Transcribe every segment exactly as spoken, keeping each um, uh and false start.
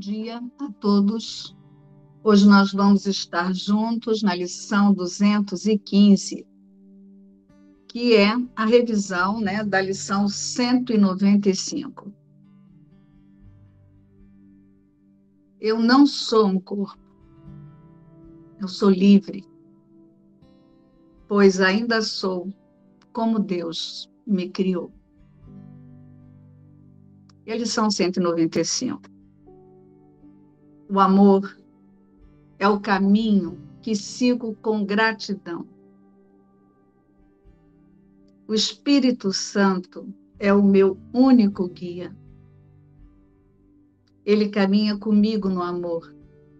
dia a todos. Hoje nós vamos estar juntos na lição duzentos e quinze, que é a revisão, né, da lição cento e noventa e cinco. Eu não sou um corpo, eu sou livre, pois ainda sou como Deus me criou. E a lição cento e noventa e cinco. O amor é o caminho que sigo com gratidão. O Espírito Santo é o meu único guia. Ele caminha comigo no amor.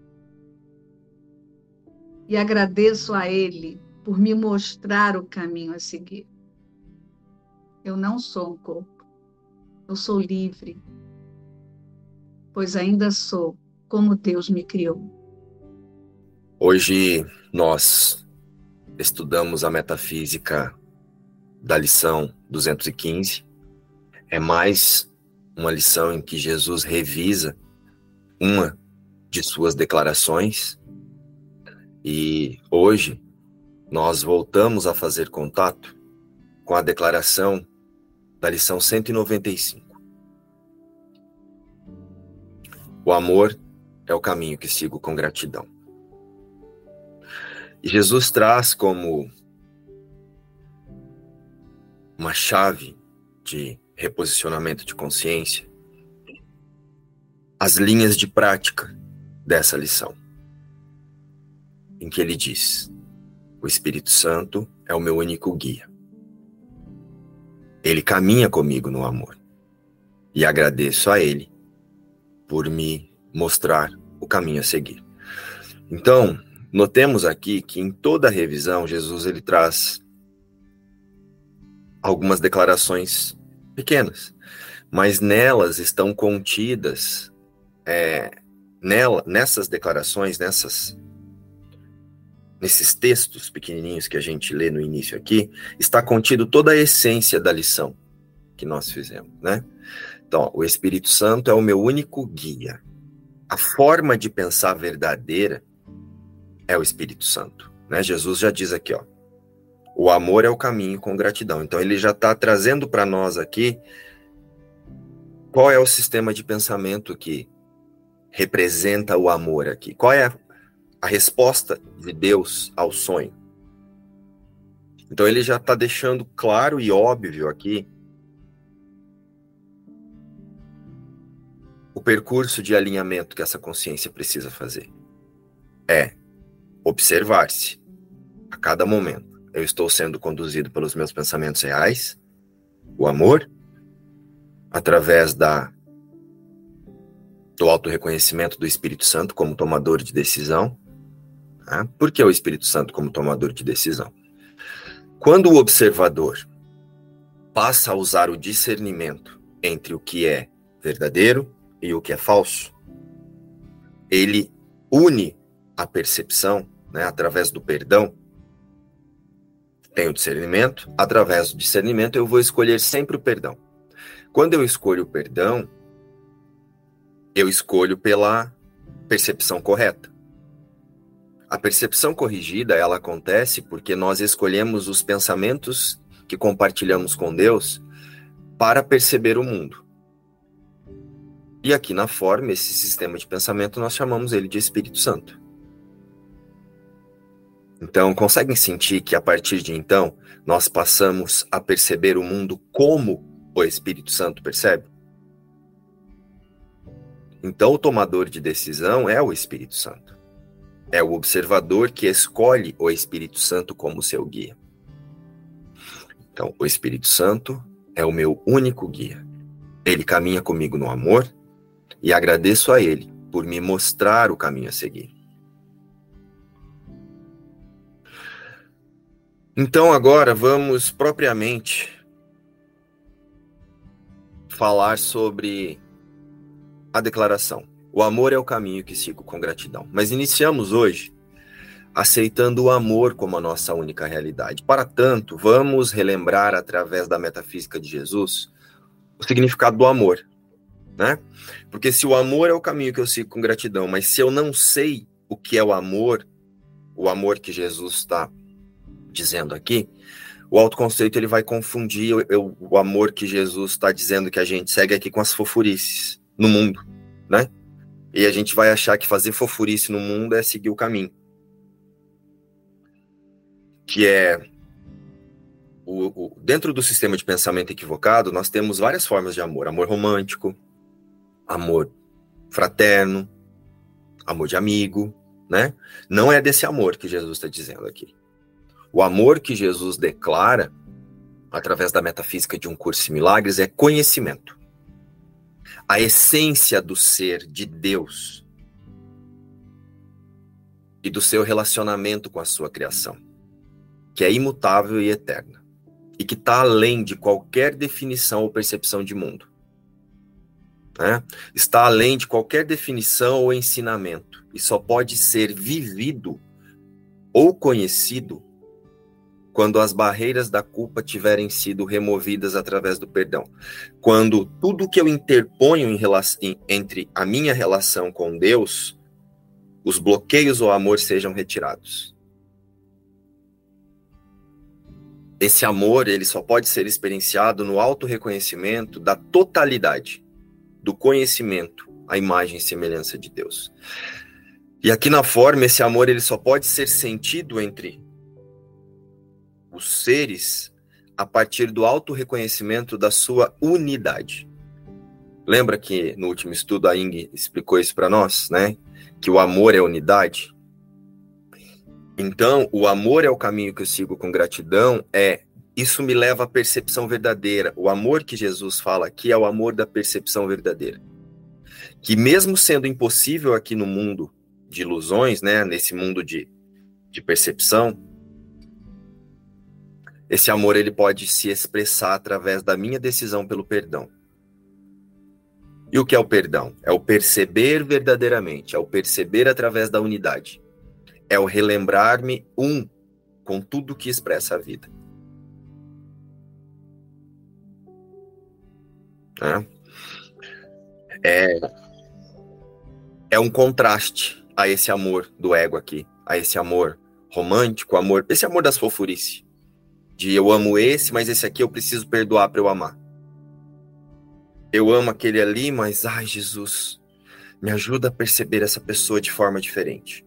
E agradeço a Ele por me mostrar o caminho a seguir. Eu não sou um corpo, eu sou livre, pois ainda sou como Deus me criou. Hoje nós estudamos a metafísica da lição duzentos e quinze. É mais uma lição em que Jesus revisa uma de suas declarações. E hoje nós voltamos a fazer contato com a declaração da lição cento e noventa e cinco. O amor é o caminho que sigo com gratidão. E Jesus traz como uma chave de reposicionamento de consciência as linhas de prática dessa lição, em que ele diz: o Espírito Santo é o meu único guia. Ele caminha comigo no amor. E agradeço a ele por me mostrar o caminho a seguir. Então, notemos aqui que em toda a revisão, Jesus ele traz algumas declarações pequenas, mas nelas estão contidas, é, nela, nessas declarações, nessas, nesses textos pequenininhos que a gente lê no início aqui, está contido toda a essência da lição que nós fizemos, né? Então, o Espírito Santo é o meu único guia. A forma de pensar verdadeira é o Espírito Santo, né? Jesus já diz aqui, ó, o amor é o caminho com gratidão. Então ele já está trazendo para nós aqui qual é o sistema de pensamento que representa o amor aqui. Qual é a, a resposta de Deus ao sonho. Então ele já está deixando claro e óbvio aqui o percurso de alinhamento que essa consciência precisa fazer. É observar-se a cada momento. Eu estou sendo conduzido pelos meus pensamentos reais, o amor, através da, do autorreconhecimento do Espírito Santo como tomador de decisão. Né? Por que o Espírito Santo como tomador de decisão? Quando o observador passa a usar o discernimento entre o que é verdadeiro e o que é falso, ele une a percepção, né, através do perdão. Tem o discernimento, através do discernimento eu vou escolher sempre o perdão. Quando eu escolho o perdão, eu escolho pela percepção correta. A percepção corrigida, ela acontece porque nós escolhemos os pensamentos que compartilhamos com Deus para perceber o mundo. E aqui na forma, esse sistema de pensamento, nós chamamos ele de Espírito Santo. Então, conseguem sentir que a partir de então, nós passamos a perceber o mundo como o Espírito Santo percebe? Então, o tomador de decisão é o Espírito Santo. É o observador que escolhe o Espírito Santo como seu guia. Então, o Espírito Santo é o meu único guia. Ele caminha comigo no amor e agradeço a ele por me mostrar o caminho a seguir. Então agora vamos propriamente falar sobre a declaração. O amor é o caminho que sigo com gratidão. Mas iniciamos hoje aceitando o amor como a nossa única realidade. Para tanto, vamos relembrar através da metafísica de Jesus o significado do amor. né? Porque se o amor é o caminho que eu sigo com gratidão, mas se eu não sei o que é o amor, o amor que Jesus está dizendo aqui, o autoconceito ele vai confundir eu, eu, o amor que Jesus está dizendo que a gente segue aqui com as fofurices no mundo, né? E a gente vai achar que fazer fofurice no mundo é seguir o caminho. Que é, o, o, dentro do sistema de pensamento equivocado, nós temos várias formas de amor. Amor romântico, amor fraterno, amor de amigo, né? Não é desse amor que Jesus está dizendo aqui. O amor que Jesus declara, através da metafísica de Um Curso em Milagres, é conhecimento. A essência do ser de Deus e do seu relacionamento com a sua criação, que é imutável e eterna, e que está além de qualquer definição ou percepção de mundo. Né? Está além de qualquer definição ou ensinamento, e só pode ser vivido ou conhecido quando as barreiras da culpa tiverem sido removidas através do perdão. Quando tudo que eu interponho em relação, em, entre a minha relação com Deus, os bloqueios ao amor sejam retirados. Esse amor, ele só pode ser experienciado no auto-reconhecimento da totalidade do conhecimento, a imagem e semelhança de Deus. E aqui na forma, esse amor ele só pode ser sentido entre os seres a partir do auto-reconhecimento da sua unidade. Lembra que no último estudo a Ing explicou isso para nós, né? Que o amor é unidade. Então, o amor é o caminho que eu sigo com gratidão, é isso me leva à percepção verdadeira. O amor que Jesus fala aqui é o amor da percepção verdadeira. Que mesmo sendo impossível aqui no mundo de ilusões, né? Nesse mundo de, de percepção, esse amor ele pode se expressar através da minha decisão pelo perdão. E o que é o perdão? É o perceber verdadeiramente, é o perceber através da unidade. É o relembrar-me um com tudo que expressa a vida. É, é um contraste a esse amor do ego aqui, a esse amor romântico, amor, esse amor das fofurices. De eu amo esse, mas esse aqui eu preciso perdoar para eu amar. Eu amo aquele ali, mas, ai, Jesus, me ajuda a perceber essa pessoa de forma diferente.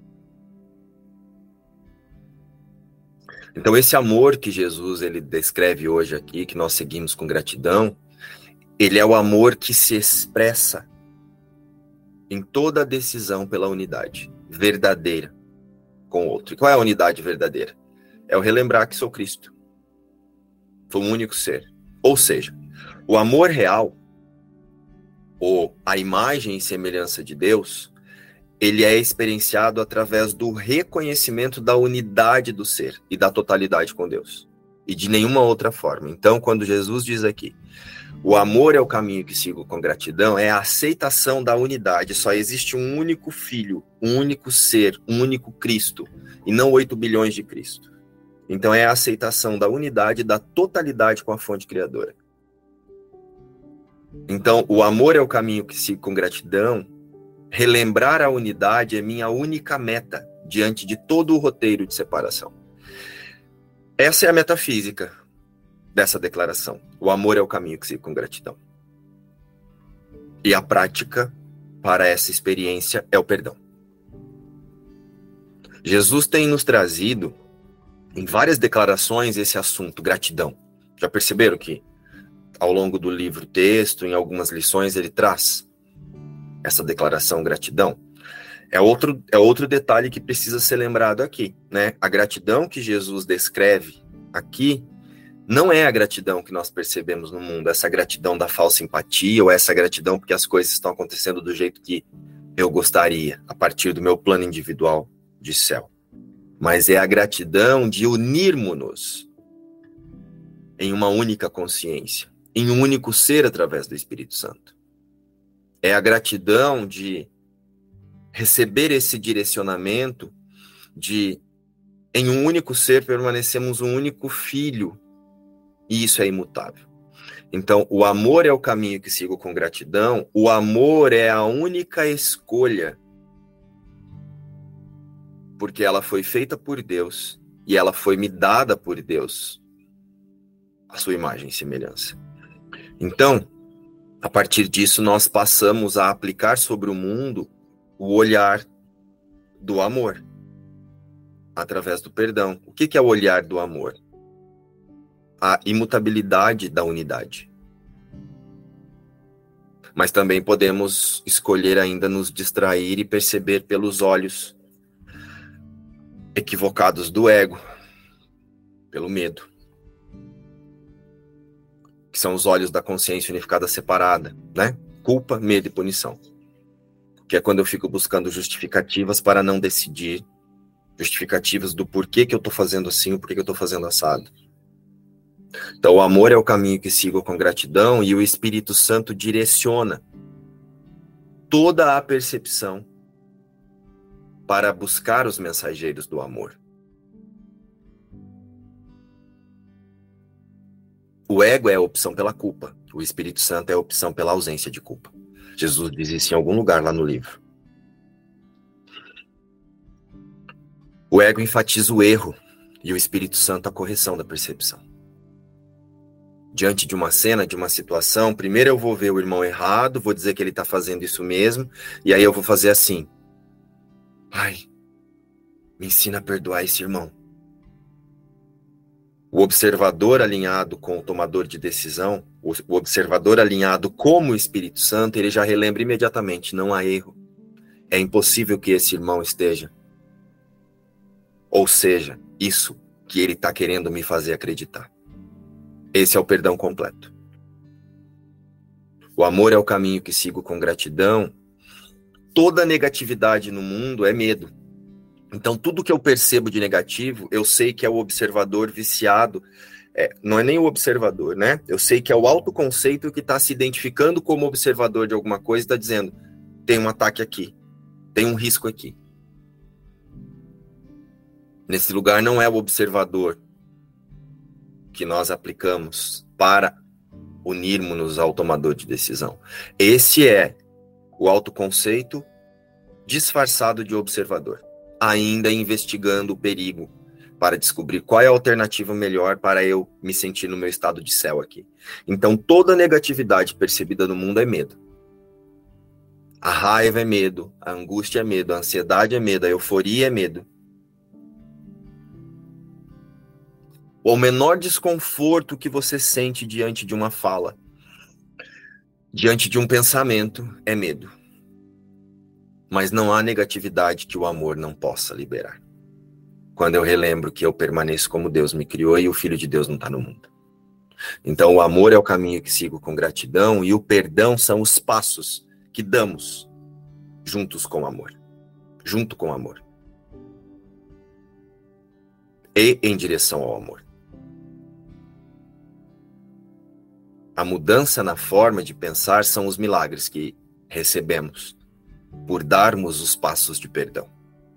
Então, esse amor que Jesus ele descreve hoje aqui, que nós seguimos com gratidão, ele é o amor que se expressa em toda a decisão pela unidade verdadeira com o outro. E qual é a unidade verdadeira? É o relembrar que sou Cristo. Sou um único ser. Ou seja, o amor real, ou a imagem e semelhança de Deus, ele é experienciado através do reconhecimento da unidade do ser e da totalidade com Deus. E de nenhuma outra forma. Então, quando Jesus diz aqui, o amor é o caminho que sigo com gratidão, é a aceitação da unidade. Só existe um único Filho, um único ser, um único Cristo, e não oito bilhões de Cristo. Então é a aceitação da unidade, da totalidade com a fonte criadora. Então, o amor é o caminho que sigo com gratidão. Relembrar a unidade é minha única meta diante de todo o roteiro de separação. Essa é a metafísica dessa declaração. O amor é o caminho que sigo com gratidão. E a prática para essa experiência é o perdão. Jesus tem nos trazido em várias declarações esse assunto, gratidão. Já perceberam que ao longo do livro texto, em algumas lições, ele traz essa declaração gratidão? É outro, é outro detalhe que precisa ser lembrado aqui, né? A gratidão que Jesus descreve aqui não é a gratidão que nós percebemos no mundo, essa gratidão da falsa empatia, ou essa gratidão porque as coisas estão acontecendo do jeito que eu gostaria, a partir do meu plano individual de céu. Mas é a gratidão de unirmos-nos em uma única consciência, em um único ser através do Espírito Santo. É a gratidão de receber esse direcionamento de, em um único ser, permanecemos um único filho, e isso é imutável. Então, o amor é o caminho que sigo com gratidão. O amor é a única escolha, porque ela foi feita por Deus e ela foi me dada por Deus, a sua imagem e semelhança. Então, a partir disso, nós passamos a aplicar sobre o mundo o olhar do amor, através do perdão. O que é o olhar do amor? A imutabilidade da unidade. Mas também podemos escolher ainda nos distrair e perceber pelos olhos equivocados do ego, pelo medo, que são os olhos da consciência unificada separada, né? Culpa, medo e punição. Que é quando eu fico buscando justificativas para não decidir, justificativas do porquê que eu estou fazendo assim, o porquê que eu estou fazendo assado. Então, o amor é o caminho que sigo com gratidão e o Espírito Santo direciona toda a percepção para buscar os mensageiros do amor. O ego é a opção pela culpa. O Espírito Santo é a opção pela ausência de culpa. Jesus diz isso em algum lugar lá no livro. O ego enfatiza o erro e o Espírito Santo a correção da percepção. Diante de uma cena, de uma situação, primeiro eu vou ver o irmão errado, vou dizer que ele está fazendo isso mesmo, e aí eu vou fazer assim. Pai, me ensina a perdoar esse irmão. O observador alinhado com o tomador de decisão, o observador alinhado como o Espírito Santo, ele já relembra imediatamente, não há erro. É impossível que esse irmão esteja. Ou seja, isso que ele está querendo me fazer acreditar. Esse é o perdão completo. O amor é o caminho que sigo com gratidão. Toda negatividade no mundo é medo. Então, tudo que eu percebo de negativo, eu sei que é o observador viciado. É, não é nem o observador, né? Eu sei que é o autoconceito que está se identificando como observador de alguma coisa e está dizendo, tem um ataque aqui, tem um risco aqui. Nesse lugar não é o observador que nós aplicamos para unirmos-nos ao tomador de decisão. Esse é o autoconceito disfarçado de observador, ainda investigando o perigo para descobrir qual é a alternativa melhor para eu me sentir no meu estado de céu aqui. Então, toda negatividade percebida no mundo é medo. A raiva é medo, a angústia é medo, a ansiedade é medo, a euforia é medo. O menor desconforto que você sente diante de uma fala, diante de um pensamento, é medo. Mas não há negatividade que o amor não possa liberar. Quando eu relembro que eu permaneço como Deus me criou e o Filho de Deus não está no mundo. Então o amor é o caminho que sigo com gratidão e o perdão são os passos que damos juntos com o amor. Junto com o amor. E em direção ao amor. A mudança na forma de pensar são os milagres que recebemos por darmos os passos de perdão.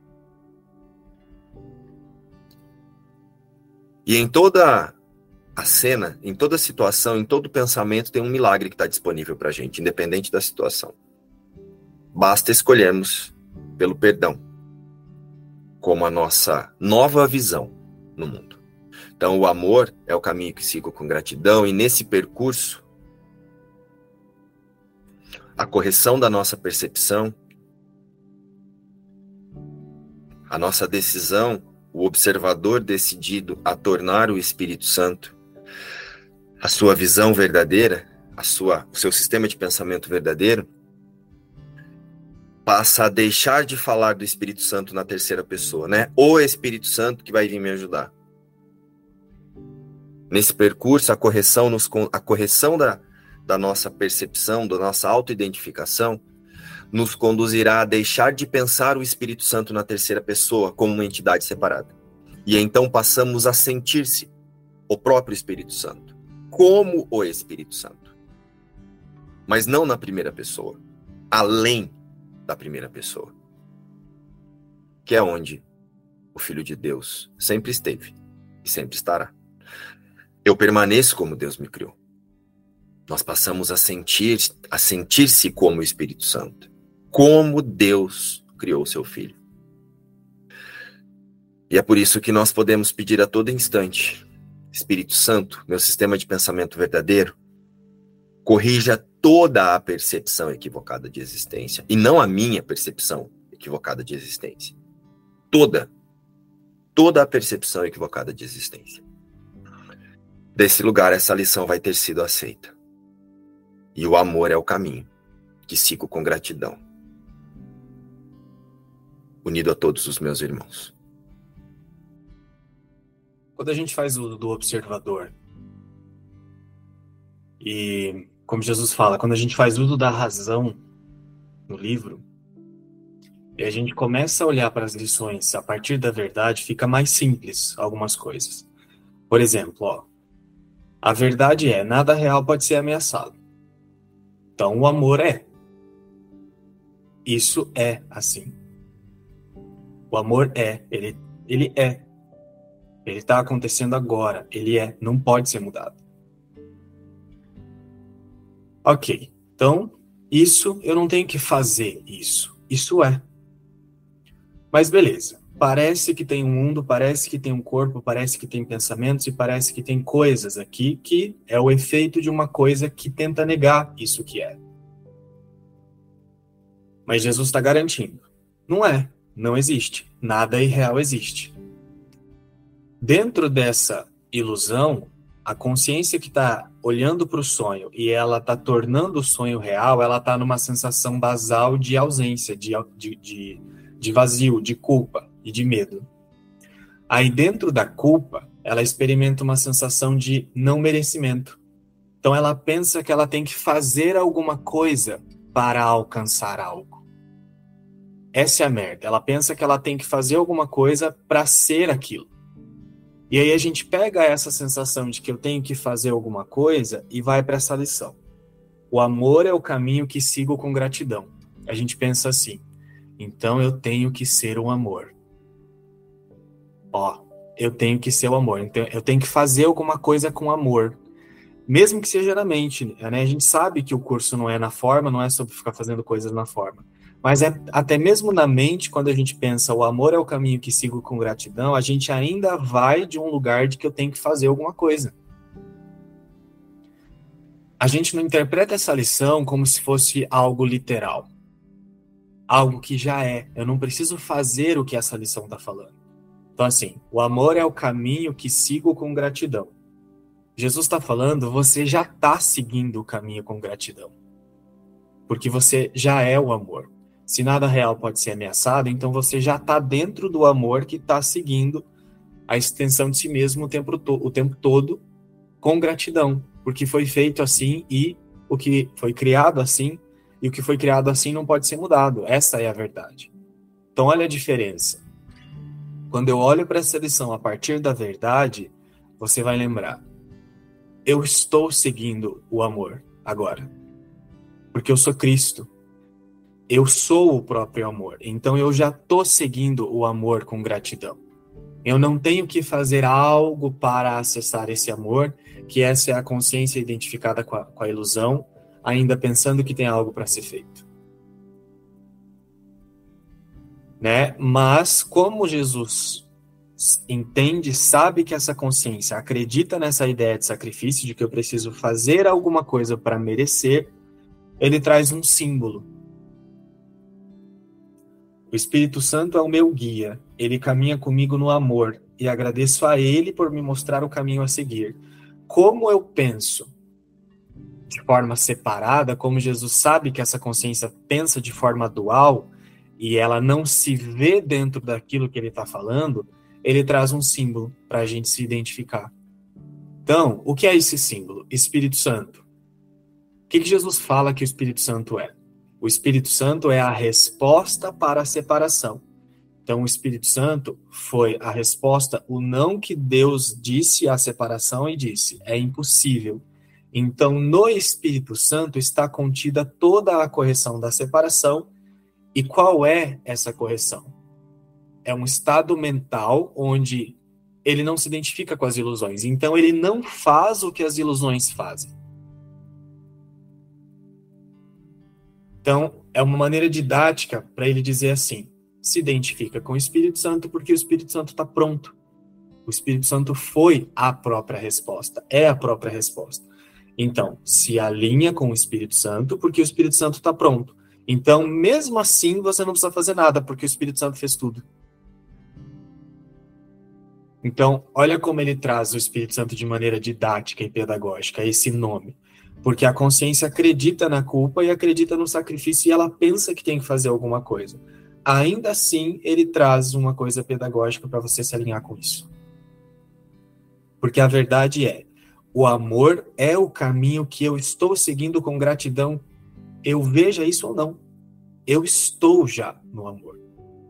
E em toda a cena, em toda situação, em todo pensamento, tem um milagre que está disponível para a gente, independente da situação. Basta escolhermos pelo perdão como a nossa nova visão no mundo. Então, o amor é o caminho que sigo com gratidão, e nesse percurso, a correção da nossa percepção, a nossa decisão, o observador decidido a tornar o Espírito Santo a sua visão verdadeira, a sua, o seu sistema de pensamento verdadeiro, passa a deixar de falar do Espírito Santo na terceira pessoa, né? O Espírito Santo que vai vir me ajudar. Nesse percurso, a correção, nos, a correção da, da nossa percepção, da nossa autoidentificação, nos conduzirá a deixar de pensar o Espírito Santo na terceira pessoa como uma entidade separada. E então passamos a sentir-se o próprio Espírito Santo, como o Espírito Santo. Mas não na primeira pessoa, além da primeira pessoa, que é onde o Filho de Deus sempre esteve e sempre estará. Eu permaneço como Deus me criou. nós passamos a sentir, a sentir-se como o Espírito Santo, como Deus criou o seu Filho. E é por isso que nós podemos pedir a todo instante: Espírito Santo, meu sistema de pensamento verdadeiro, corrija toda a percepção equivocada de existência, e não a minha percepção equivocada de existência. Toda, toda a percepção equivocada de existência. Desse lugar, essa lição vai ter sido aceita. E o amor é o caminho, que sigo com gratidão. Unido a todos os meus irmãos. Quando a gente faz o do observador, e como Jesus fala, quando a gente faz uso da razão no livro, e a gente começa a olhar para as lições a partir da verdade, fica mais simples algumas coisas. Por exemplo, ó, a verdade é, nada real pode ser ameaçado. Então o amor é. Isso é assim. O amor é, ele, ele é. Ele está acontecendo agora, ele é, não pode ser mudado. Ok, então, isso, eu não tenho que fazer isso, isso é. Mas beleza, parece que tem um mundo, parece que tem um corpo, parece que tem pensamentos e parece que tem coisas aqui que é o efeito de uma coisa que tenta negar isso que é. Mas Jesus está garantindo, não é, não existe, nada irreal existe. Dentro dessa ilusão, a consciência que está olhando para o sonho e ela está tornando o sonho real, ela está numa sensação basal de ausência, de, de, de, de vazio, de culpa e de medo. Aí dentro da culpa, ela experimenta uma sensação de não merecimento. Então ela pensa que ela tem que fazer alguma coisa para alcançar algo. Essa é a merda. Ela pensa que ela tem que fazer alguma coisa para ser aquilo. E aí a gente pega essa sensação de que eu tenho que fazer alguma coisa e vai para essa lição. O amor é o caminho que sigo com gratidão. A gente pensa assim, então eu tenho que ser o amor. Ó, eu tenho que ser o amor. Então eu tenho que fazer alguma coisa com amor. Mesmo que seja na mente, né? A gente sabe que o curso não é na forma, não é sobre ficar fazendo coisas na forma. Mas é, até mesmo na mente, quando a gente pensa o amor é o caminho que sigo com gratidão, a gente ainda vai de um lugar de que eu tenho que fazer alguma coisa. A gente não interpreta essa lição como se fosse algo literal. Algo que já é. Eu não preciso fazer o que essa lição está falando. Então assim, o amor é o caminho que sigo com gratidão. Jesus está falando, você já está seguindo o caminho com gratidão. Porque você já é o amor. Se nada real pode ser ameaçado, então você já está dentro do amor que está seguindo a extensão de si mesmo o tempo, to- o tempo todo com gratidão, porque foi feito assim e o que foi criado assim, e o que foi criado assim não pode ser mudado. Essa é a verdade. Então olha a diferença. Quando eu olho para essa lição a partir da verdade, você vai lembrar, eu estou seguindo o amor agora, porque eu sou Cristo. Eu sou o próprio amor, então eu já estou seguindo o amor com gratidão. Eu não tenho que fazer algo para acessar esse amor, que essa é a consciência identificada com a, com a ilusão, ainda pensando que tem algo para ser feito. Né? Mas como Jesus entende, sabe que essa consciência acredita nessa ideia de sacrifício, de que eu preciso fazer alguma coisa para merecer, ele traz um símbolo. O Espírito Santo é o meu guia, ele caminha comigo no amor, e agradeço a ele por me mostrar o caminho a seguir. Como eu penso de forma separada, como Jesus sabe que essa consciência pensa de forma dual, e ela não se vê dentro daquilo que ele está falando, ele traz um símbolo para a gente se identificar. Então, o que é esse símbolo? Espírito Santo. O que, que Jesus fala que o Espírito Santo é? O Espírito Santo é a resposta para a separação. Então, o Espírito Santo foi a resposta, o não que Deus disse à separação e disse, é impossível. Então, no Espírito Santo está contida toda a correção da separação. E qual é essa correção? É um estado mental onde ele não se identifica com as ilusões. Então, ele não faz o que as ilusões fazem. Então, é uma maneira didática para ele dizer assim: se identifica com o Espírito Santo porque o Espírito Santo está pronto. O Espírito Santo foi a própria resposta, é a própria resposta. Então, se alinha com o Espírito Santo porque o Espírito Santo está pronto. Então, mesmo assim, você não precisa fazer nada porque o Espírito Santo fez tudo. Então, olha como ele traz o Espírito Santo de maneira didática e pedagógica, esse nome. Porque a consciência acredita na culpa e acredita no sacrifício e ela pensa que tem que fazer alguma coisa. Ainda assim, ele traz uma coisa pedagógica para você se alinhar com isso. Porque a verdade é, o amor é o caminho que eu estou seguindo com gratidão. Eu veja isso ou não. Eu estou já no amor.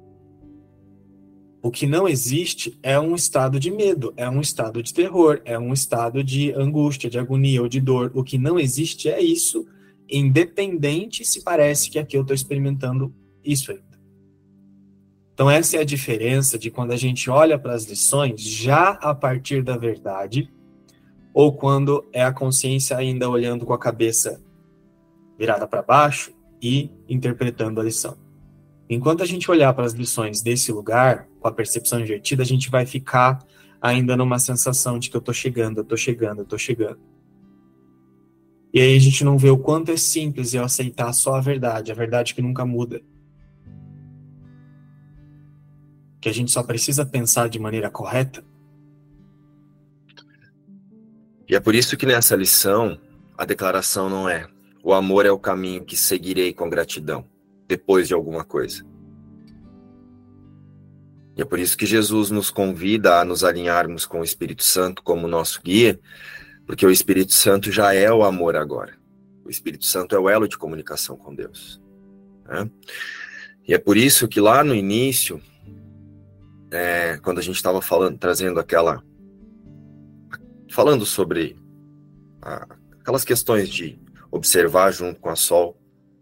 O que não existe é um estado de medo, é um estado de terror, é um estado de angústia, de agonia ou de dor. O que não existe é isso, independente se parece que aqui eu estou experimentando isso ainda. Então essa é a diferença de quando a gente olha para as lições já a partir da verdade, ou quando é a consciência ainda olhando com a cabeça virada para baixo e interpretando a lição. Enquanto a gente olhar para as lições desse lugar, com a percepção invertida, a gente vai ficar ainda numa sensação de que eu estou chegando, eu estou chegando, eu estou chegando. E aí a gente não vê o quanto é simples eu aceitar só a verdade, a verdade que nunca muda. Que a gente só precisa pensar de maneira correta. E é por isso que nessa lição, a declaração não é: o amor é o caminho que seguirei com gratidão, depois de alguma coisa. E é por isso que Jesus nos convida a nos alinharmos com o Espírito Santo como nosso guia, porque o Espírito Santo já é o amor agora. O Espírito Santo é o elo de comunicação com Deus. Né? E é por isso que lá no início, é, quando a gente estava falando, trazendo aquela... falando sobre a, aquelas questões de observar junto com a Sol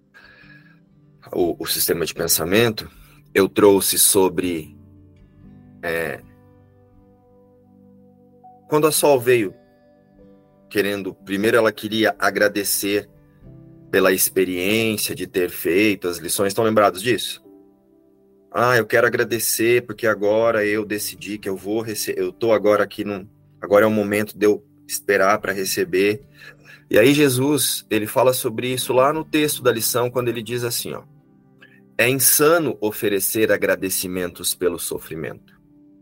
o, o sistema de pensamento, eu trouxe sobre é, quando a Sol veio querendo, primeiro ela queria agradecer pela experiência de ter feito as lições. Estão lembrados disso? Ah, eu quero agradecer porque agora eu decidi que eu vou receber, eu estou agora aqui, num, agora é o momento de eu esperar para receber. E aí Jesus, ele fala sobre isso lá no texto da lição, quando ele diz assim, ó: é insano oferecer agradecimentos pelo sofrimento.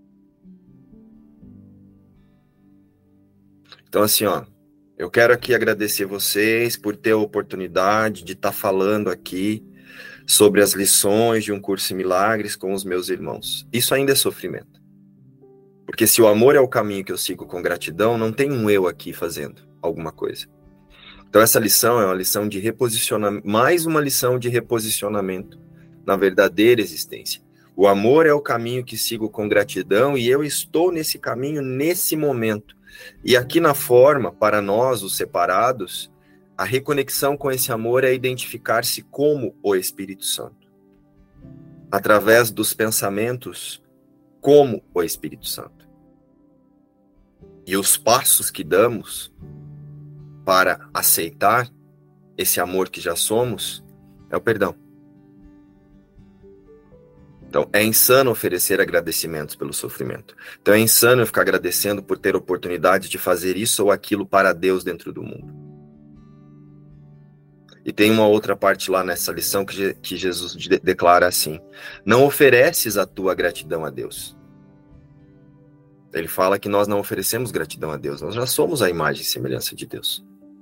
Então assim, ó, eu quero aqui agradecer vocês por ter a oportunidade de estar falando aqui sobre as lições de um curso em milagres com os meus irmãos. Isso ainda é sofrimento. Porque se o amor é o caminho que eu sigo com gratidão, não tem um eu aqui fazendo alguma coisa. Então essa lição é uma lição de reposicionamento, mais uma lição de reposicionamento na verdadeira existência. O amor é o caminho que sigo com gratidão e eu estou nesse caminho nesse momento. E aqui na forma, para nós, os separados, a reconexão com esse amor é identificar-se como o Espírito Santo. Através dos pensamentos, como o Espírito Santo. E os passos que damos para aceitar esse amor que já somos é o perdão. Então, é insano oferecer agradecimentos pelo sofrimento. Então, é insano eu ficar agradecendo por ter oportunidade de fazer isso ou aquilo para Deus dentro do mundo. E tem uma outra parte lá nessa lição que, que Jesus de, declara assim: não ofereces a tua gratidão a Deus. Ele fala que nós não oferecemos gratidão a Deus, nós já somos a imagem e semelhança de Deus.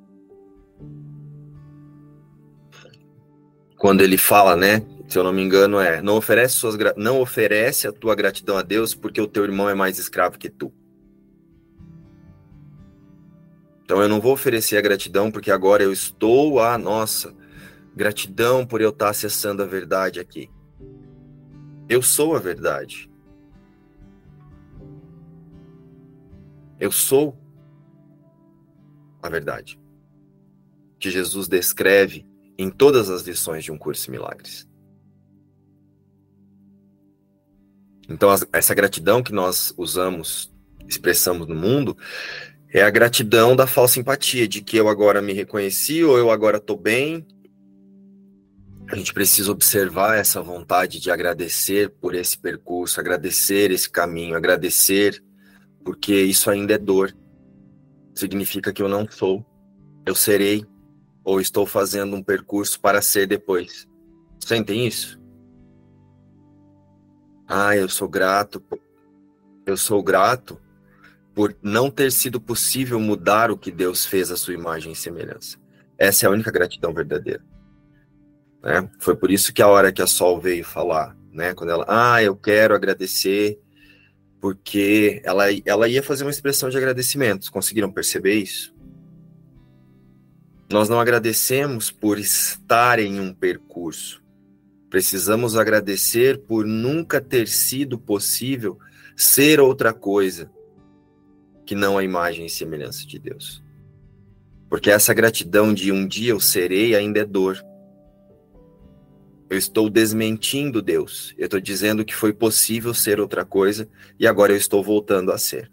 Quando ele fala, né, se eu não me engano, é não oferece, suas, não oferece a tua gratidão a Deus porque o teu irmão é mais escravo que tu. Então eu não vou oferecer a gratidão porque agora eu estou, ah, nossa, gratidão por eu estar acessando a verdade aqui. Eu sou a verdade. Eu sou a verdade. Que Jesus descreve em todas as lições de um curso em milagres. Então essa gratidão que nós usamos, expressamos no mundo, é a gratidão da falsa empatia, de que eu agora me reconheci, ou eu agora estou bem, A gente precisa observar essa vontade de agradecer por esse percurso, agradecer esse caminho, agradecer, porque isso ainda é dor. Significa que eu não sou, eu serei, ou estou fazendo um percurso para ser depois. Sentem isso? Ah, eu sou grato, eu sou grato por não ter sido possível mudar o que Deus fez à sua imagem e semelhança. Essa é a única gratidão verdadeira. Né? Foi por isso que a hora que a Sol veio falar, né? Quando ela, ah, eu quero agradecer, porque ela, ela ia fazer uma expressão de agradecimentos. Conseguiram perceber isso? Nós não agradecemos por estar em um percurso. Precisamos agradecer por nunca ter sido possível ser outra coisa que não a imagem e semelhança de Deus. Porque essa gratidão de um dia eu serei ainda é dor. Eu estou desmentindo Deus. Eu estou dizendo que foi possível ser outra coisa e agora eu estou voltando a ser.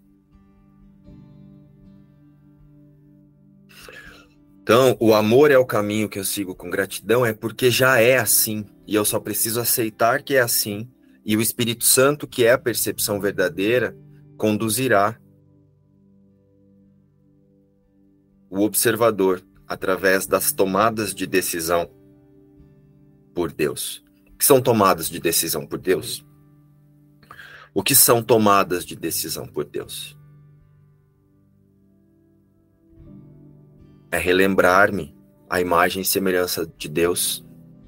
Então, o amor é o caminho que eu sigo com gratidão, é porque já é assim. E eu só preciso aceitar que é assim. E o Espírito Santo, que é a percepção verdadeira, conduzirá o observador através das tomadas de decisão por Deus. O que são tomadas de decisão por Deus? O que são tomadas de decisão por Deus? É relembrar-me a imagem e semelhança de Deus,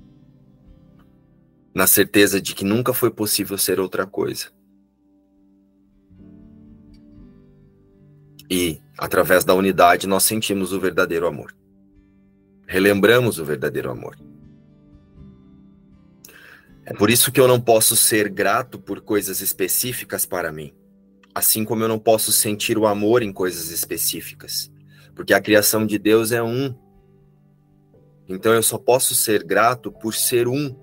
na certeza de que nunca foi possível ser outra coisa. E, através da unidade, nós sentimos o verdadeiro amor. Relembramos o verdadeiro amor. É por isso que eu não posso ser grato por coisas específicas para mim, assim como eu não posso sentir o amor em coisas específicas, porque a criação de Deus é um. Então eu só posso ser grato por ser um.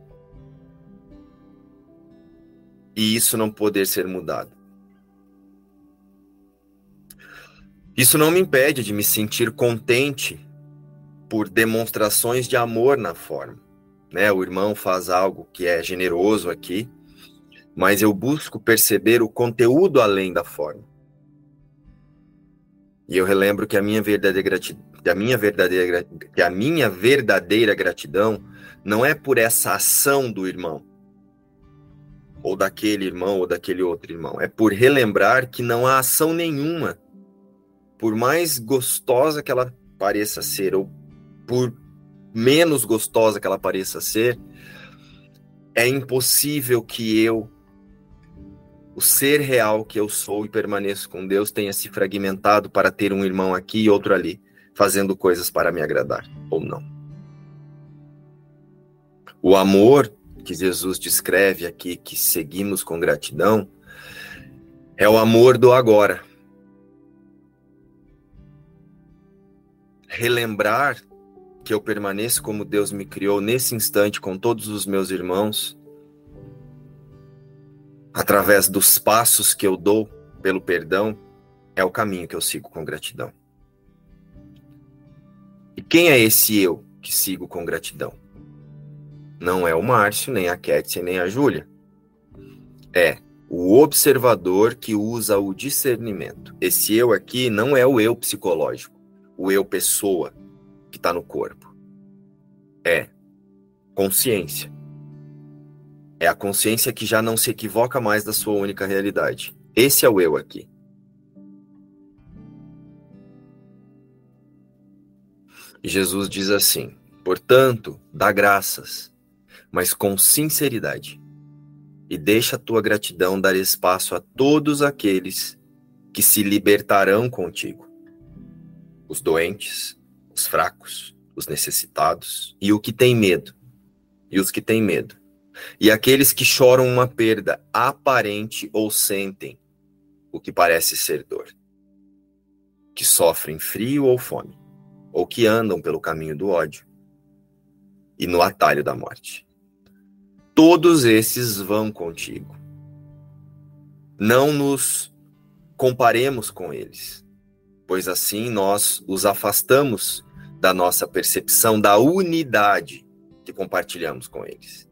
E isso não poder ser mudado. Isso não me impede de me sentir contente por demonstrações de amor na forma. Né? O irmão faz algo que é generoso aqui, mas eu busco perceber o conteúdo além da forma. E eu relembro que a minha verdadeira gratidão, que a minha verdadeira, que a minha verdadeira gratidão não é por essa ação do irmão, ou daquele irmão, ou daquele outro irmão. É por relembrar que não há ação nenhuma, por mais gostosa que ela pareça ser, ou por menos gostosa que ela pareça ser, é impossível que eu, o ser real que eu sou e permaneço com Deus, tenha se fragmentado para ter um irmão aqui e outro ali, fazendo coisas para me agradar, ou não. O amor que Jesus descreve aqui, que seguimos com gratidão, é o amor do agora. Relembrar que eu permaneço como Deus me criou nesse instante com todos os meus irmãos, através dos passos que eu dou pelo perdão, é o caminho que eu sigo com gratidão. E quem é esse eu que sigo com gratidão? Não é o Márcio, nem a Kétia, nem a Júlia. É o observador que usa o discernimento. Esse eu aqui não é o eu psicológico, o eu pessoa que está no corpo. É consciência. É a consciência que já não se equivoca mais da sua única realidade. Esse é o eu aqui. E Jesus diz assim: portanto, dá graças, mas com sinceridade, e deixa a tua gratidão dar espaço a todos aqueles que se libertarão contigo. Os doentes, os fracos, os necessitados, e o que tem medo, e os que têm medo, e aqueles que choram uma perda aparente ou sentem o que parece ser dor, que sofrem frio ou fome, ou que andam pelo caminho do ódio e no atalho da morte. Todos esses vão contigo. Não nos comparemos com eles, pois assim nós os afastamos da nossa percepção da unidade que compartilhamos com eles.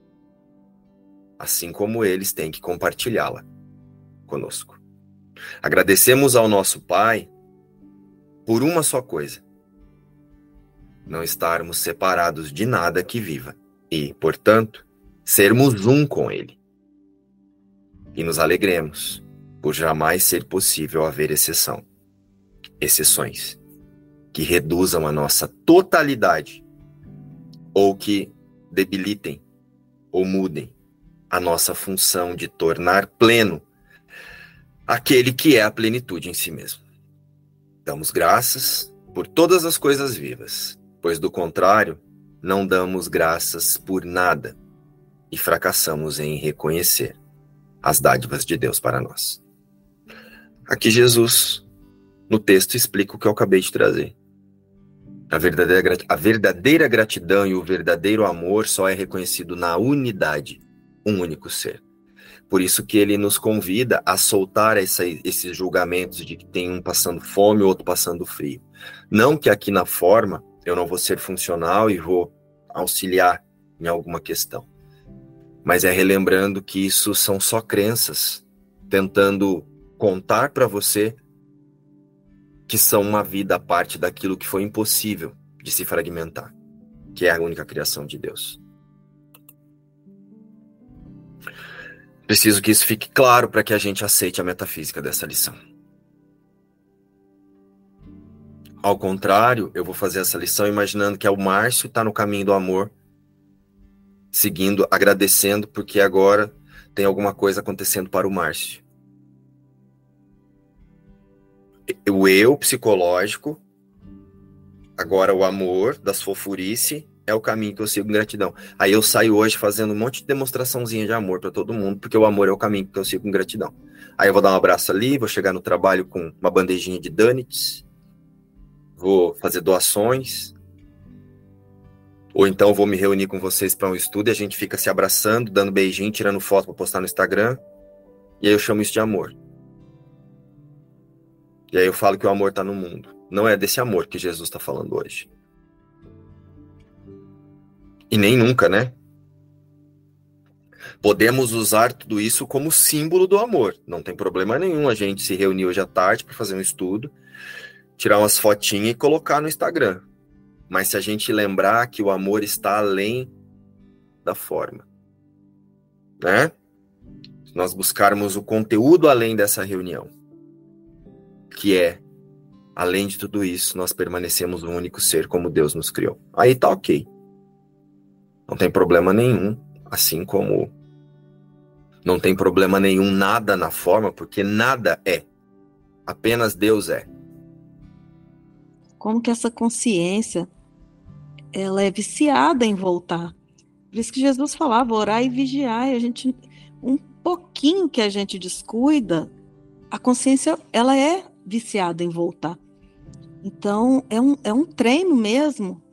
Assim como eles têm que compartilhá-la conosco. Agradecemos ao nosso Pai por uma só coisa: não estarmos separados de nada que viva e, portanto, sermos um com Ele. E nos alegremos por jamais ser possível haver exceção, exceções que reduzam a nossa totalidade ou que debilitem ou mudem a nossa função de tornar pleno aquele que é a plenitude em si mesmo. Damos graças por todas as coisas vivas, pois do contrário, não damos graças por nada e fracassamos em reconhecer as dádivas de Deus para nós. Aqui Jesus, no texto, explica o que eu acabei de trazer. A verdadeira, a verdadeira gratidão e o verdadeiro amor só é reconhecido na unidade, um único ser. Por isso que ele nos convida a soltar essa, esses julgamentos de que tem um passando fome, outro passando frio. Não que aqui na forma eu não vou ser funcional e vou auxiliar em alguma questão. Mas é relembrando que isso são só crenças, tentando contar para você que são uma vida à parte daquilo que foi impossível de se fragmentar, que é a única criação de Deus. Preciso que isso fique claro para que a gente aceite a metafísica dessa lição. Ao contrário, eu vou fazer essa lição imaginando que é o Márcio está no caminho do amor, seguindo, agradecendo, porque agora tem alguma coisa acontecendo para o Márcio. O eu psicológico, agora o amor das fofurice, é o caminho que eu sigo em gratidão. Aí eu saio hoje fazendo um monte de demonstraçãozinha de amor para todo mundo, porque o amor é o caminho que eu sigo em gratidão. Aí eu vou dar um abraço ali, vou chegar no trabalho com uma bandejinha de donuts, vou fazer doações, ou então vou me reunir com vocês para um estudo e a gente fica se abraçando, dando beijinho, tirando foto para postar no Instagram, e aí eu chamo isso de amor. E aí eu falo que o amor está no mundo. Não é desse amor que Jesus está falando hoje. E nem nunca, né? Podemos usar tudo isso como símbolo do amor. Não tem problema nenhum a gente se reunir hoje à tarde para fazer um estudo, tirar umas fotinhas e colocar no Instagram. Mas se a gente lembrar que o amor está além da forma, né? Se nós buscarmos o conteúdo além dessa reunião, que é, além de tudo isso, nós permanecemos um único ser como Deus nos criou. Aí tá ok. Não tem problema nenhum, assim como não tem problema nenhum nada na forma, porque nada é. Apenas Deus é. Como que essa consciência, ela é viciada em voltar. Por isso que Jesus falava, orar e vigiar. E a gente, um pouquinho que a gente descuida, a consciência, ela é viciada em voltar. Então, é um, é um treino mesmo.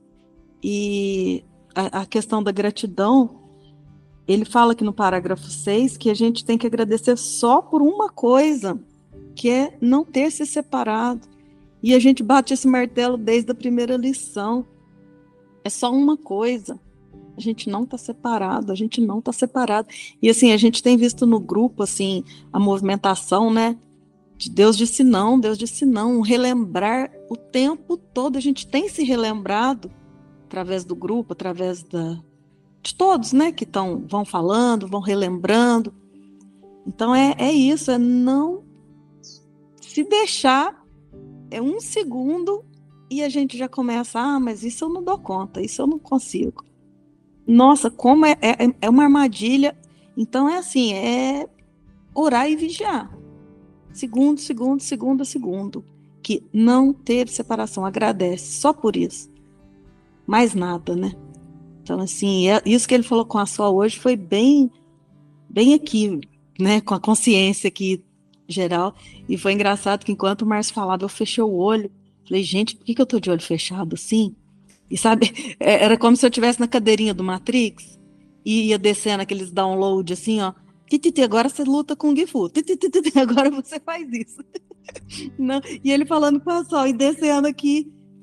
E a, a questão da gratidão, ele fala aqui no parágrafo seis que a gente tem que agradecer só por uma coisa, que é não ter se separado. E a gente bate esse martelo desde a primeira lição. É só uma coisa. A gente não está separado, a gente não está separado. E assim, a gente tem visto no grupo, assim, a movimentação, né? De Deus disse não, Deus disse não. Relembrar o tempo todo. A gente tem se relembrado através do grupo, através da, de todos, né? Que tão, vão falando, vão relembrando. Então é, é isso, é não se deixar. É um segundo e a gente já começa, ah, mas isso eu não dou conta, isso eu não consigo. Nossa, como é, é, é uma armadilha. Então é assim, é orar e vigiar. Segundo, segundo, segundo, segundo. Que não teve separação, agradece, só por isso. Mais nada, né? Então assim, é, isso que ele falou com a Sol hoje foi bem, bem aqui, né? Com a consciência aqui geral. E foi engraçado que enquanto o Márcio falava, eu fechei o olho. Falei, gente, por que, que eu tô de olho fechado assim? E sabe, era como se eu estivesse na cadeirinha do Matrix e ia descendo aqueles download assim, ó. Tititi, agora você luta com o Gifu. Tititi, agora você faz isso. Não, e ele falando com a Sol e descendo aqui. Falei,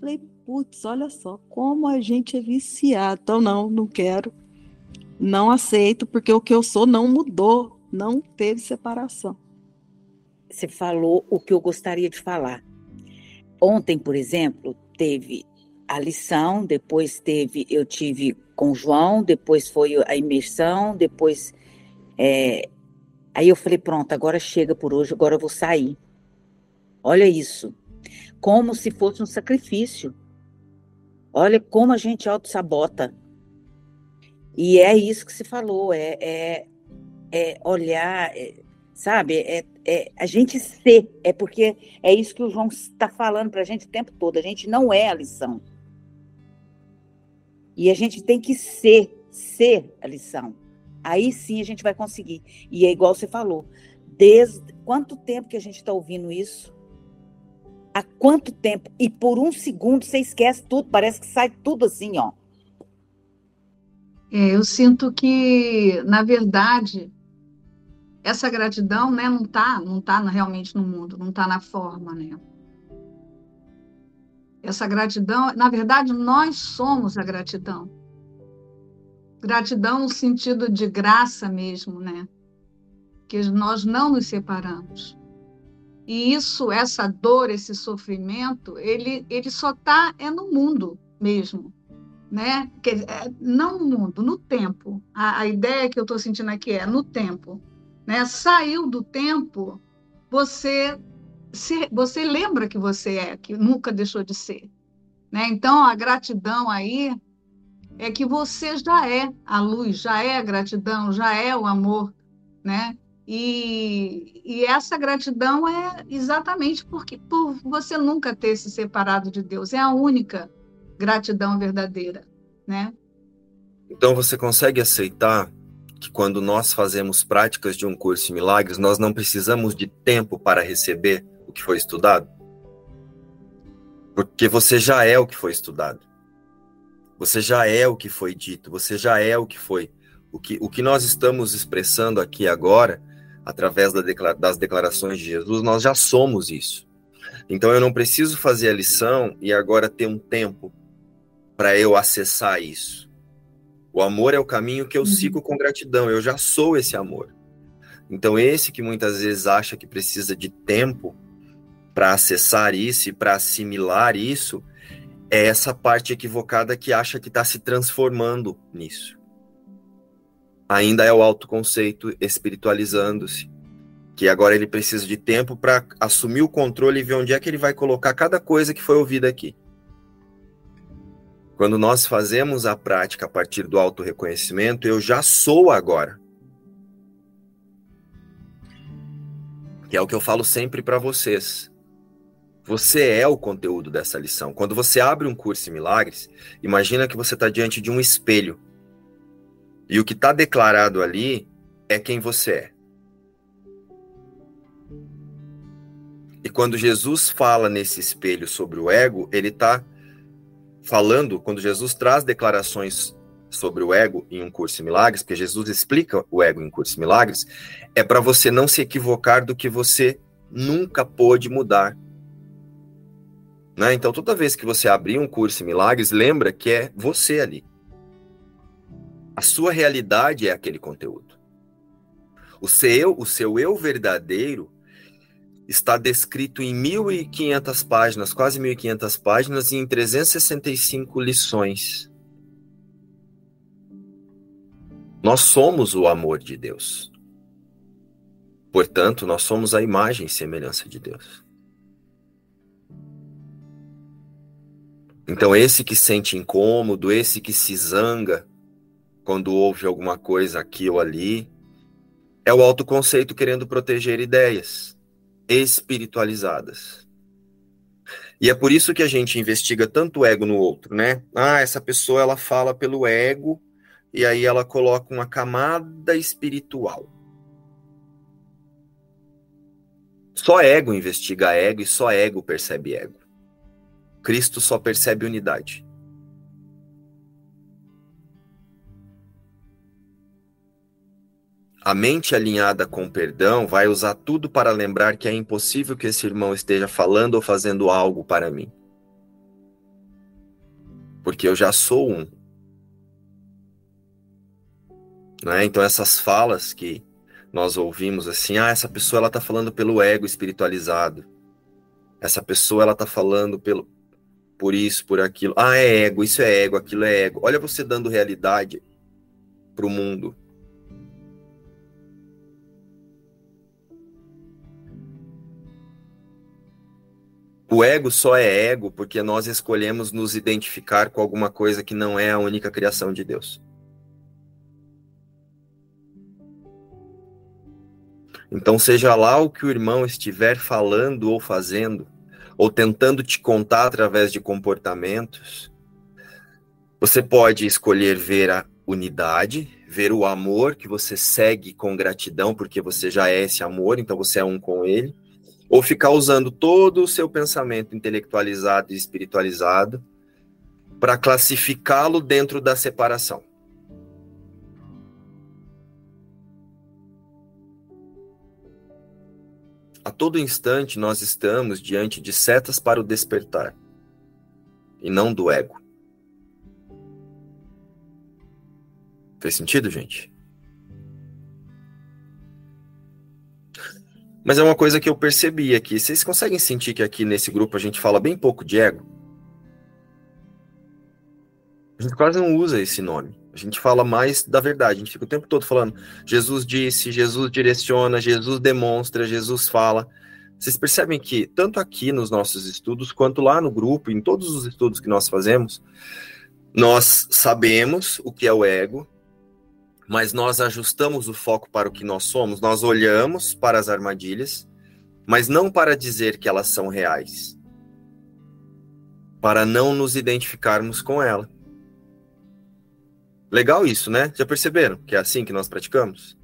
putz, olha só, como a gente é viciado. Então, não, não quero, não aceito, porque o que eu sou não mudou, não teve separação. Você falou o que eu gostaria de falar. Ontem, por exemplo, teve a lição, depois teve, eu tive com o João, depois foi a imersão, depois... É, aí eu falei, pronto, agora chega por hoje, agora eu vou sair. Olha isso. Como se fosse um sacrifício. Olha como a gente auto-sabota. E é isso que você falou, é, é, é olhar, é, sabe, é, é a gente ser, é porque é isso que o João está falando para a gente o tempo todo, a gente não é a lição. E a gente tem que ser, ser a lição. Aí sim a gente vai conseguir. E é igual você falou, desde quanto tempo que a gente está ouvindo isso? Há quanto tempo? E por um segundo você esquece tudo, parece que sai tudo assim, ó. É, eu sinto que, na verdade, essa gratidão, né, não está não tá realmente no mundo, não está na forma, né? Essa gratidão, na verdade, nós somos a gratidão. Gratidão no sentido de graça mesmo, né? Que nós não nos separamos. E isso, essa dor, esse sofrimento, ele, ele só está é no mundo mesmo, né? Quer dizer, é, não no mundo, no tempo. A, a ideia que eu estou sentindo aqui é no tempo, né? Saiu do tempo, você se, você lembra que você é, que nunca deixou de ser, né? Então a gratidão aí é que você já é a luz, já é a gratidão, já é o amor, né? E, e essa gratidão é exatamente porque por você nunca ter se separado de Deus, é a única gratidão verdadeira, né? Então você consegue aceitar que quando nós fazemos práticas de um curso em milagres, nós não precisamos de tempo para receber o que foi estudado? Porque você já é o que foi estudado. Você já é o que foi dito, você já é o que foi. O que, o que nós estamos expressando aqui agora, através da declara- das declarações de Jesus, nós já somos isso. Então eu não preciso fazer a lição e agora ter um tempo para eu acessar isso. O amor é o caminho que eu sigo com gratidão, eu já sou esse amor. Então esse que muitas vezes acha que precisa de tempo para acessar isso e para assimilar isso, é essa parte equivocada que acha que está se transformando nisso. Ainda é o autoconceito espiritualizando-se, que agora ele precisa de tempo para assumir o controle e ver onde é que ele vai colocar cada coisa que foi ouvida aqui. Quando nós fazemos a prática a partir do autorreconhecimento, eu já sou agora. Que é o que eu falo sempre para vocês. Você é o conteúdo dessa lição. Quando você abre um curso em milagres, imagina que você está diante de um espelho. E o que está declarado ali é quem você é. E quando Jesus fala nesse espelho sobre o ego, ele está falando, quando Jesus traz declarações sobre o ego em um curso em milagres, porque Jesus explica o ego em curso em milagres, é para você não se equivocar do que você nunca pôde mudar. Né? Então, toda vez que você abrir um curso em milagres, lembra que é você ali. A sua realidade é aquele conteúdo. O seu, o seu eu verdadeiro está descrito em mil e quinhentas páginas, quase mil e quinhentas páginas, e em trezentas e sessenta e cinco lições. Nós somos o amor de Deus. Portanto, nós somos a imagem e semelhança de Deus. Então, esse que sente incômodo, esse que se zanga quando ouve alguma coisa aqui ou ali, é o autoconceito querendo proteger ideias espiritualizadas. E é por isso que a gente investiga tanto o ego no outro, né? Ah, essa pessoa ela fala pelo ego e aí ela coloca uma camada espiritual. Só ego investiga ego e só ego percebe ego. Cristo só percebe unidade. A mente alinhada com o perdão vai usar tudo para lembrar que é impossível que esse irmão esteja falando ou fazendo algo para mim. porque eu já sou um. Né? Então essas falas que nós ouvimos assim, ah, essa pessoa ela está falando pelo ego espiritualizado, essa pessoa ela está falando pelo, por isso, por aquilo, ah, é ego, isso é ego, aquilo é ego. Olha você dando realidade para o mundo. O ego só é ego porque nós escolhemos nos identificar com alguma coisa que não é a única criação de Deus. Então, seja lá o que o irmão estiver falando ou fazendo, ou tentando te contar através de comportamentos, você pode escolher ver a unidade, ver o amor que você segue com gratidão, porque você já é esse amor, então você é um com ele, ou ficar usando todo o seu pensamento intelectualizado e espiritualizado para classificá-lo dentro da separação. A todo instante nós estamos diante de setas para o despertar, e não do ego. Fez sentido, gente? Mas é uma coisa que eu percebi aqui. Vocês conseguem sentir que aqui nesse grupo a gente fala bem pouco de ego? A gente quase não usa esse nome. A gente fala mais da verdade. A gente fica o tempo todo falando Jesus disse, Jesus direciona, Jesus demonstra, Jesus fala. Vocês percebem que tanto aqui nos nossos estudos, quanto lá no grupo, em todos os estudos que nós fazemos, nós sabemos o que é o ego, mas nós ajustamos o foco para o que nós somos, nós olhamos para as armadilhas, mas não para dizer que elas são reais, para não nos identificarmos com ela. Legal isso, né? Já perceberam que é assim que nós praticamos?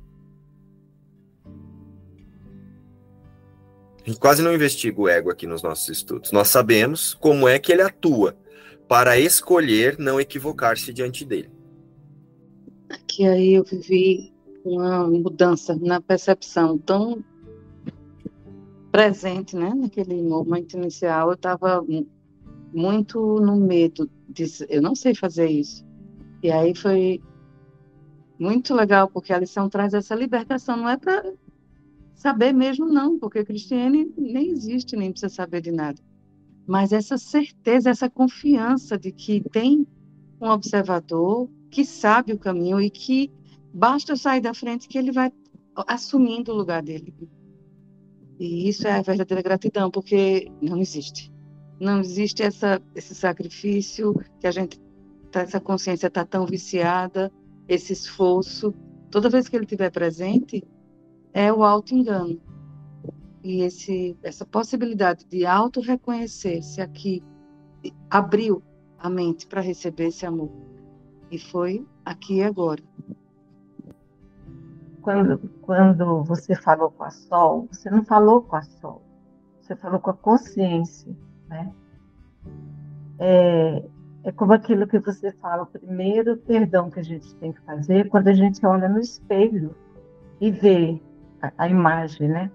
A gente quase não investiga o ego aqui nos nossos estudos. Nós sabemos como é que ele atua, para escolher não equivocar-se diante dele. Que aí eu vivi uma mudança na percepção tão presente, né? Naquele momento inicial, eu estava muito no medo de, eu não sei fazer isso. E aí foi muito legal, porque a lição traz essa libertação, não é para saber mesmo não, porque Cristiane nem existe, nem precisa saber de nada. Mas essa certeza, essa confiança de que tem um observador que sabe o caminho e que basta sair da frente que ele vai assumindo o lugar dele. E isso é a verdadeira gratidão, porque não existe. Não existe essa, esse sacrifício que a gente, essa consciência está tão viciada, esse esforço. Toda vez que ele estiver presente, é o auto-engano. E esse, essa possibilidade de auto-reconhecer-se aqui abriu a mente para receber esse amor. E foi aqui e agora. Quando, quando você falou com a Sol, você não falou com a Sol, você falou com a consciência, né? É, é como aquilo que você fala, o primeiro perdão que a gente tem que fazer quando a gente olha no espelho e vê a, a imagem, né?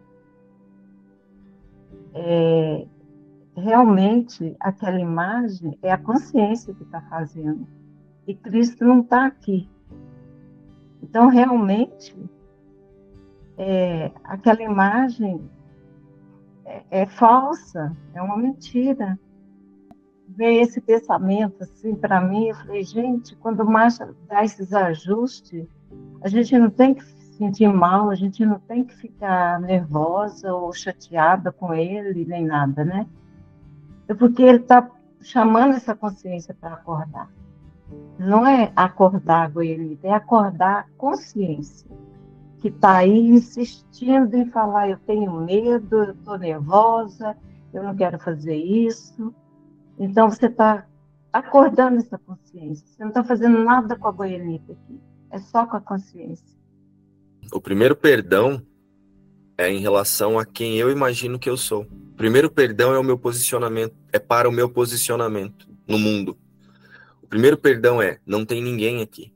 É, realmente, aquela imagem é a consciência que está fazendo. E Cristo não está aqui. Então, realmente, é, aquela imagem é, é falsa, é uma mentira. Ver esse pensamento, assim, para mim, eu falei, gente, quando mais dá esses ajustes, a gente não tem que se sentir mal, a gente não tem que ficar nervosa ou chateada com ele, nem nada, né? É porque ele está chamando essa consciência para acordar. Não é acordar, Goianita, é acordar a consciência, que está aí insistindo em falar, eu tenho medo, eu estou nervosa, eu não quero fazer isso. Então, você está acordando essa consciência. Você não está fazendo nada com a Goianita aqui, é só com a consciência. O primeiro perdão é em relação a quem eu imagino que eu sou. O primeiro perdão é o meu posicionamento, é para o meu posicionamento no mundo. O primeiro perdão é, não tem ninguém aqui.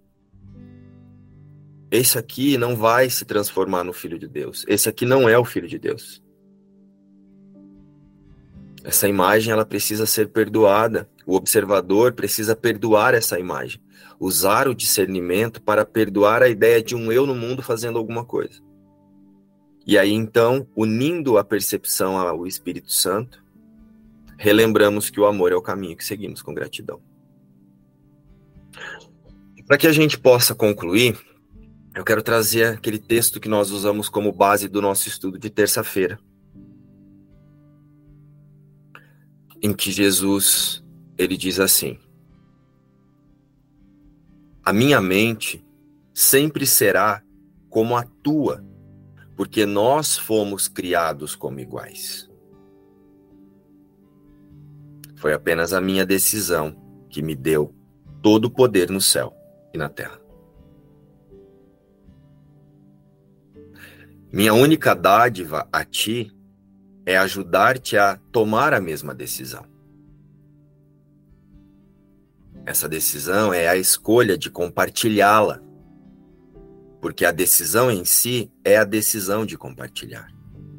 Esse aqui não vai se transformar no Filho de Deus. Esse aqui não é o Filho de Deus. Essa imagem, ela precisa ser perdoada. O observador precisa perdoar essa imagem, usar o discernimento para perdoar a ideia de um eu no mundo fazendo alguma coisa. E aí, então, unindo a percepção ao Espírito Santo, relembramos que o amor é o caminho que seguimos com gratidão. Para que a gente possa concluir, eu quero trazer aquele texto que nós usamos como base do nosso estudo de terça-feira, em que Jesus, ele diz assim: a minha mente sempre será como a tua, porque nós fomos criados como iguais. Foi apenas a minha decisão que me deu todo o poder no céu e na terra. Minha única dádiva a ti é ajudar-te a tomar a mesma decisão. Essa decisão é a escolha de compartilhá-la, porque a decisão em si é a decisão de compartilhar.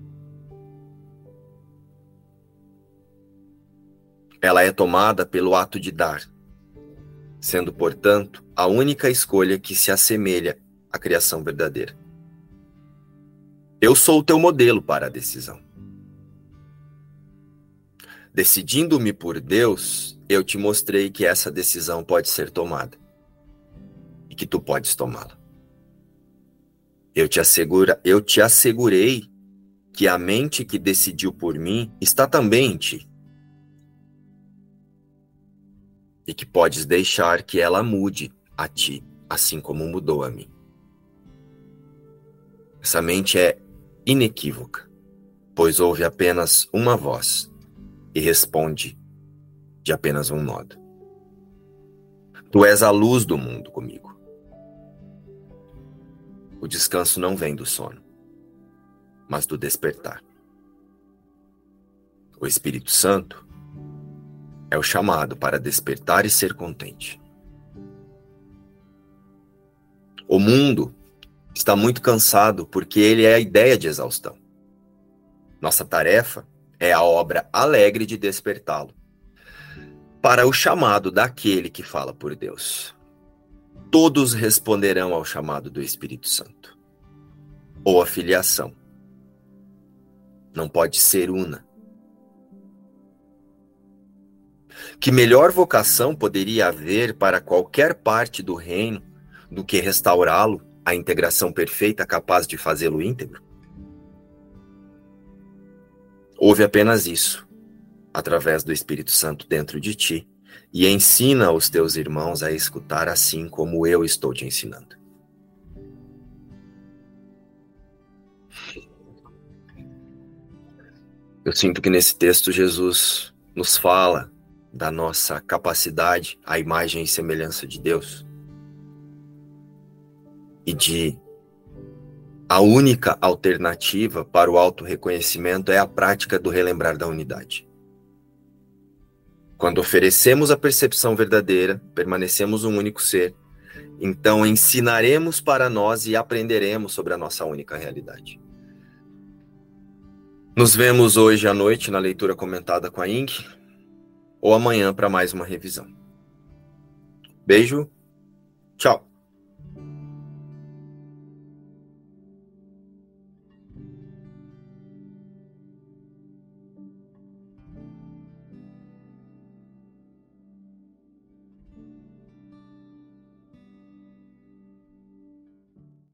Ela é tomada pelo ato de dar, sendo, portanto, a única escolha que se assemelha à criação verdadeira. Eu sou o teu modelo para a decisão. Decidindo-me por Deus, eu te mostrei que essa decisão pode ser tomada e que tu podes tomá-la. Eu te assegura, eu te assegurei que a mente que decidiu por mim está também em ti. E que podes deixar que ela mude a ti, assim como mudou a mim. Essa mente é inequívoca, pois ouve apenas uma voz e responde de apenas um modo. Tu és a luz do mundo comigo. O descanso não vem do sono, mas do despertar. O Espírito Santo é o chamado para despertar e ser contente. O mundo está muito cansado porque ele é a ideia de exaustão. Nossa tarefa é a obra alegre de despertá-lo para o chamado daquele que fala por Deus. Todos responderão ao chamado do Espírito Santo, ou a filiação. Não pode ser una. Que melhor vocação poderia haver para qualquer parte do reino do que restaurá-lo, a integração perfeita capaz de fazê-lo íntegro? Ouve apenas isso, através do Espírito Santo dentro de ti, e ensina os teus irmãos a escutar assim como eu estou te ensinando. Eu sinto que nesse texto Jesus nos fala da nossa capacidade à imagem e semelhança de Deus, e de a única alternativa para o autorreconhecimento é a prática do relembrar da unidade. Quando oferecemos a percepção verdadeira, permanecemos um único ser, então ensinaremos para nós e aprenderemos sobre a nossa única realidade. Nos vemos hoje à noite na leitura comentada com a Ing, ou amanhã para mais uma revisão. Beijo, tchau!